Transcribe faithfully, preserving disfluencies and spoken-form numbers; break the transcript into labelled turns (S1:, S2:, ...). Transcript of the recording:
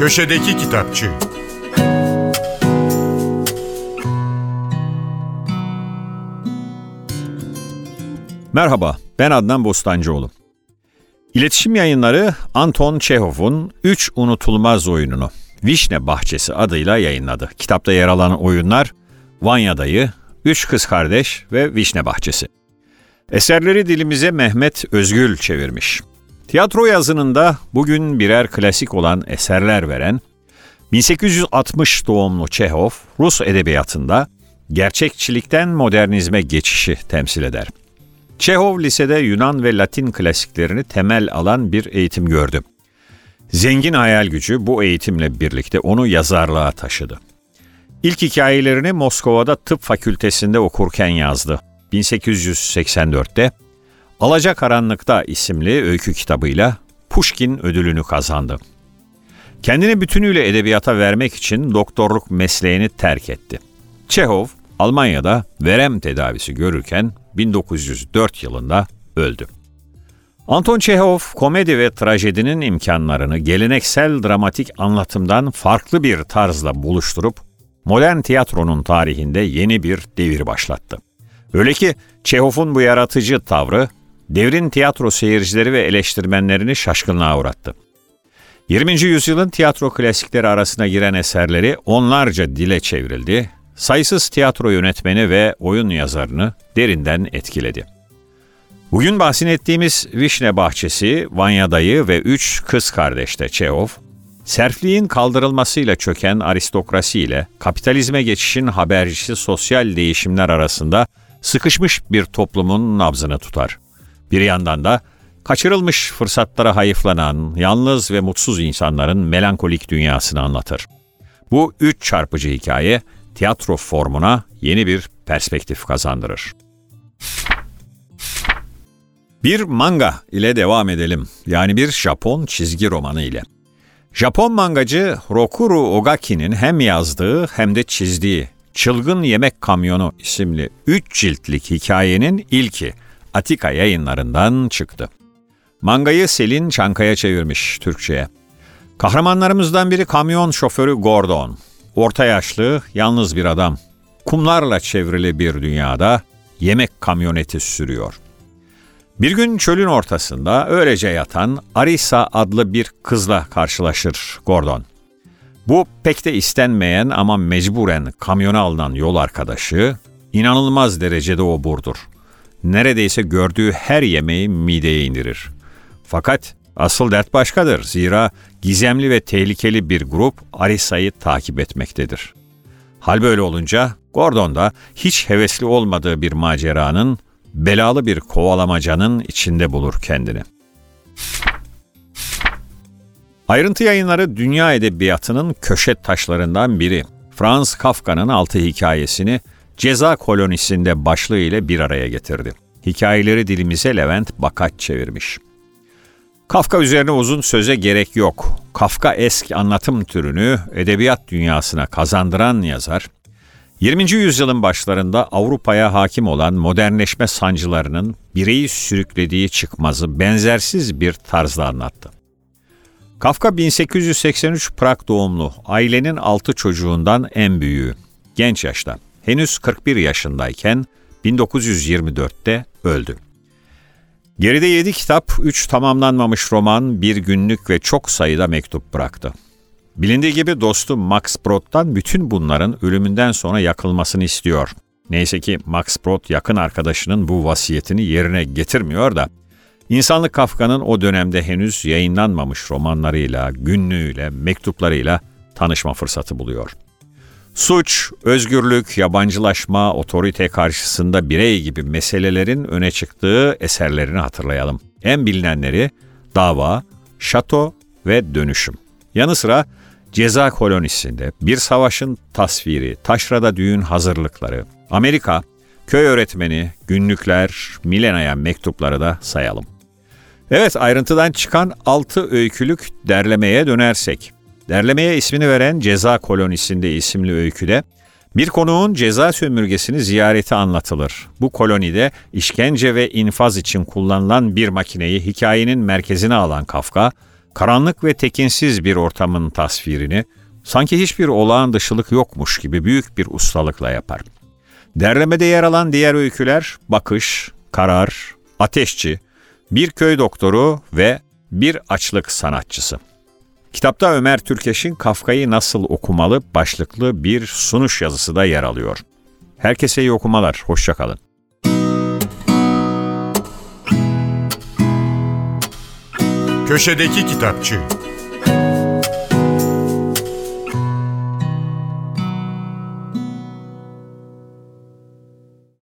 S1: Köşedeki Kitapçı.
S2: Merhaba, ben Adnan Bostancıoğlu. İletişim Yayınları Anton Çehov'un Üç Unutulmaz Oyununu Vişne Bahçesi adıyla yayınladı. Kitapta yer alan oyunlar Vanya Dayı, Üç Kız Kardeş ve Vişne Bahçesi. Eserleri dilimize Mehmet Özgül çevirmiş. Tiyatro yazınında bugün birer klasik olan eserler veren bin sekiz yüz altmış doğumlu Çehov, Rus edebiyatında gerçekçilikten modernizme geçişi temsil eder. Çehov lisede Yunan ve Latin klasiklerini temel alan bir eğitim gördü. Zengin hayal gücü bu eğitimle birlikte onu yazarlığa taşıdı. İlk hikayelerini Moskova'da tıp fakültesinde okurken yazdı. bin sekiz yüz seksen dörtte Alacakaranlıkta isimli öykü kitabıyla Pushkin ödülünü kazandı. Kendini bütünüyle edebiyata vermek için doktorluk mesleğini terk etti. Çehov, Almanya'da verem tedavisi görürken bin dokuz yüz dört yılında öldü. Anton Çehov, komedi ve trajedinin imkanlarını geleneksel dramatik anlatımdan farklı bir tarzla buluşturup modern tiyatronun tarihinde yeni bir devir başlattı. Öyle ki Çehov'un bu yaratıcı tavrı devrin tiyatro seyircileri ve eleştirmenlerini şaşkınlığa uğrattı. yirminci yüzyılın tiyatro klasikleri arasına giren eserleri onlarca dile çevrildi, sayısız tiyatro yönetmeni ve oyun yazarını derinden etkiledi. Bugün bahsettiğimiz Vişne Bahçesi, Vanya Dayı ve Üç Kız Kardeş'te Çehov, serfliğin kaldırılmasıyla çöken aristokrasi ile kapitalizme geçişin habercisi sosyal değişimler arasında sıkışmış bir toplumun nabzını tutar. Bir yandan da kaçırılmış fırsatlara hayıflanan, yalnız ve mutsuz insanların melankolik dünyasını anlatır. Bu üç çarpıcı hikaye tiyatro formuna yeni bir perspektif kazandırır. Bir manga ile devam edelim. Yani bir Japon çizgi romanı ile. Japon mangacı Rokuro Ogaki'nin hem yazdığı hem de çizdiği Çılgın Yemek Kamyonu isimli üç ciltlik hikayenin ilki Atika Yayınlarından çıktı. Mangayı Selin Çankaya çevirmiş Türkçe'ye. Kahramanlarımızdan biri kamyon şoförü Gordon. Orta yaşlı, yalnız bir adam. Kumlarla çevrili bir dünyada yemek kamyoneti sürüyor. Bir gün çölün ortasında öylece yatan Arisa adlı bir kızla karşılaşır Gordon. Bu pek de istenmeyen ama mecburen kamyona alınan yol arkadaşı inanılmaz derecede oburdur. Neredeyse gördüğü her yemeği mideye indirir. Fakat asıl dert başkadır. Zira gizemli ve tehlikeli bir grup Arisa'yı takip etmektedir. Hal böyle olunca Gordon da hiç hevesli olmadığı bir maceranın, belalı bir kovalamacanın içinde bulur kendini. Ayrıntı Yayınları dünya edebiyatının köşe taşlarından biri. Franz Kafka'nın altı hikayesini Ceza Kolonisi'nde başlığı ile bir araya getirdi. Hikayeleri dilimize Levent Bakaç çevirmiş. Kafka üzerine uzun söze gerek yok. Kafkaesk anlatım türünü edebiyat dünyasına kazandıran yazar, yirminci yüzyılın başlarında Avrupa'ya hakim olan modernleşme sancılarının bireyi sürüklediği çıkmazı benzersiz bir tarzla anlattı. Kafka bin sekiz yüz seksen üç Prag doğumlu, ailenin altı çocuğundan en büyüğü. Genç yaşta, henüz kırk bir yaşındayken bin dokuz yüz yirmi dörtte öldü. Geride yedi kitap, üç tamamlanmamış roman, bir günlük ve çok sayıda mektup bıraktı. Bilindiği gibi dostu Max Brod'dan bütün bunların ölümünden sonra yakılmasını istiyor. Neyse ki Max Brod yakın arkadaşının bu vasiyetini yerine getirmiyor da, İnsanlık Kafka'nın o dönemde henüz yayınlanmamış romanlarıyla, günlüğüyle, mektuplarıyla tanışma fırsatı buluyor. Suç, özgürlük, yabancılaşma, otorite karşısında birey gibi meselelerin öne çıktığı eserlerini hatırlayalım. En bilinenleri Dava, Şato ve Dönüşüm. Yanı sıra Ceza Kolonisi'nde bir savaşın tasviri, taşrada düğün hazırlıkları, Amerika, köy öğretmeni, günlükler, Milena'ya mektupları da sayalım. Evet, ayrıntıdan çıkan altı öykülük derlemeye dönersek. Derlemeye ismini veren Ceza Kolonisi'nde isimli öyküde bir konuğun ceza sömürgesini ziyareti anlatılır. Bu kolonide işkence ve infaz için kullanılan bir makineyi hikayenin merkezine alan Kafka, karanlık ve tekinsiz bir ortamın tasvirini sanki hiçbir olağan dışılık yokmuş gibi büyük bir ustalıkla yapar. Derlemede yer alan diğer öyküler Bakış, Karar, Ateşçi, Bir Köy Doktoru ve Bir Açlık Sanatçısı. Kitapta Ömer Türkeş'in Kafka'yı Nasıl Okumalı başlıklı bir sunuş yazısı da yer alıyor. Herkese iyi okumalar, hoşça kalın.
S1: Köşedeki Kitapçı.